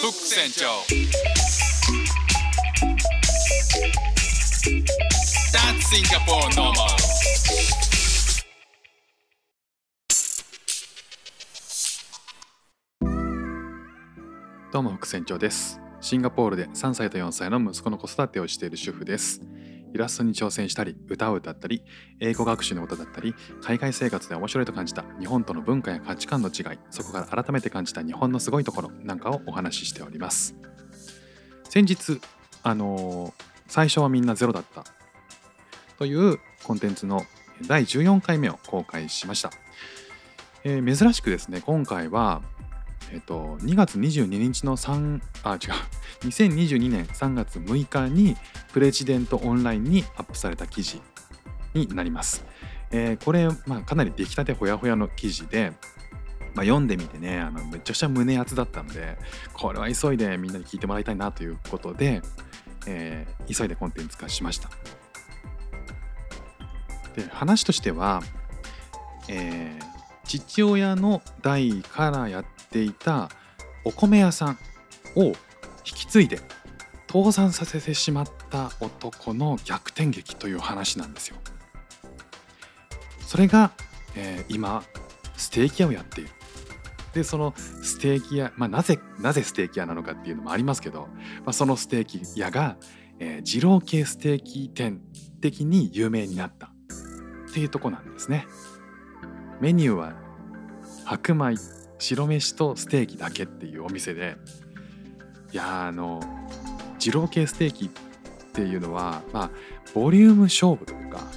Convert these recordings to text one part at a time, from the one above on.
ック船長 That's Singapore normal。 どうも副船長です。シンガポールで3歳と4歳の息子の子育てをしている主婦です。イラストに挑戦したり、歌を歌ったり、英語学習のことだったり、海外生活で面白いと感じた日本との文化や価値観の違い、そこから改めて感じた日本のすごいところなんかをお話ししております。先日、最初はみんなゼロだったというコンテンツの第14回目を公開しました。珍しくですね、今回は2月22日の2022年3月6日にプレジデントオンラインにアップされた記事になります。これ、かなり出来たてほやほやの記事で、読んでみてね、めっちゃくちゃ胸熱だったので、これは急いでみんなに聞いてもらいたいなということで、急いでコンテンツ化しました。で、話としては、父親の代からやっていたお米屋さんを引き継いで倒産させてしまった男の逆転劇という話なんですよ。それが、今ステーキ屋をやっている。で、そのステーキ屋、なぜステーキ屋なのかっていうのもありますけど、そのステーキ屋が、二郎系ステーキ店的に有名になったっていうとこなんですね。メニューは白米、白飯とステーキだけっていうお店で、いや二郎系ステーキっていうのは、ボリューム勝負というか、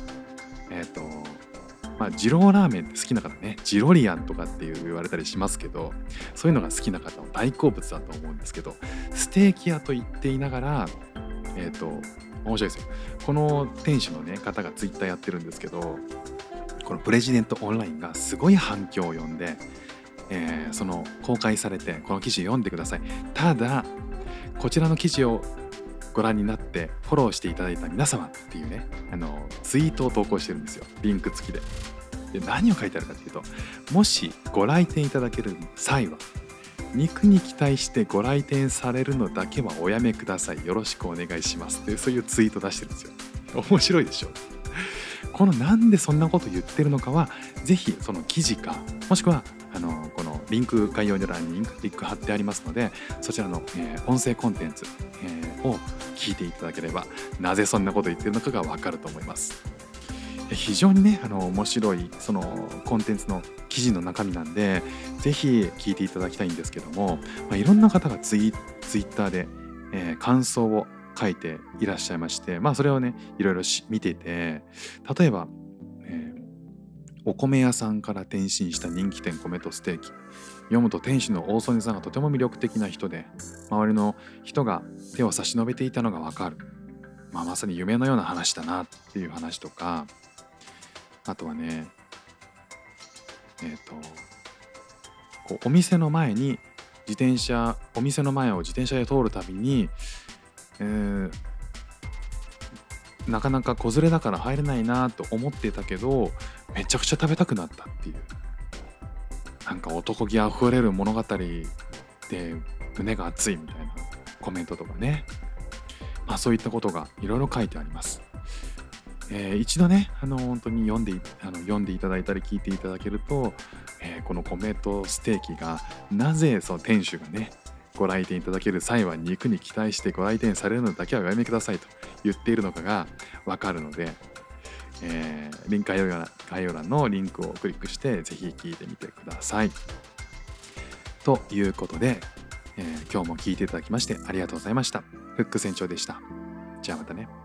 二郎ラーメンって好きな方ね、ジロリアンとかって言われたりしますけど、そういうのが好きな方の大好物だと思うんですけど、ステーキ屋と言っていながら、面白いですよ。この店主のね方がツイッターやってるんですけど、このプレジデントオンラインがすごい反響を呼んで、その公開されて、この記事読んでください。ただこちらの記事をご覧になってフォローしていただいた皆様っていうね、ツイートを投稿してるんですよ、リンク付きで。何を書いてあるかっていうと、もしご来店いただける際は肉に期待してご来店されるのだけはおやめください、よろしくお願いしますって、そういうツイート出してるんですよ。面白いでしょ。このなんでそんなこと言ってるのかは、ぜひその記事か、もしくはこのリンク、概要欄にリンク貼ってありますので、そちらの、音声コンテンツ、を聞いていただければ、なぜそんなこと言ってるのかがわかると思います。非常にね面白いそのコンテンツの記事の中身なんで、ぜひ聞いていただきたいんですけども、いろんな方がツイッターで、感想を書いていらっしゃいまして、それをねいろいろ見てて、例えば、お米屋さんから転身した人気店米とステーキ、読むと店主の大曽根さんがとても魅力的な人で、周りの人が手を差し伸べていたのがわかる、まさに夢のような話だなっていう話とか、あとはねこうお店の前を自転車で通るたびに、なかなか子連れだから入れないなと思ってたけど、めちゃくちゃ食べたくなったっていう、なんか男気あふれる物語で胸が熱いみたいなコメントとかね、そういったことがいろいろ書いてあります。一度ね本当に読んでいただいたり聞いていただけると、この米とステーキがなぜその店主がねご来店いただける際は肉に期待してご来店されるのだけはおやめくださいと言っているのかがわかるので、リンク概要欄のリンクをクリックしてぜひ聞いてみてください。ということで、今日も聞いていただきましてありがとうございました。フック船長でした。じゃあまたね。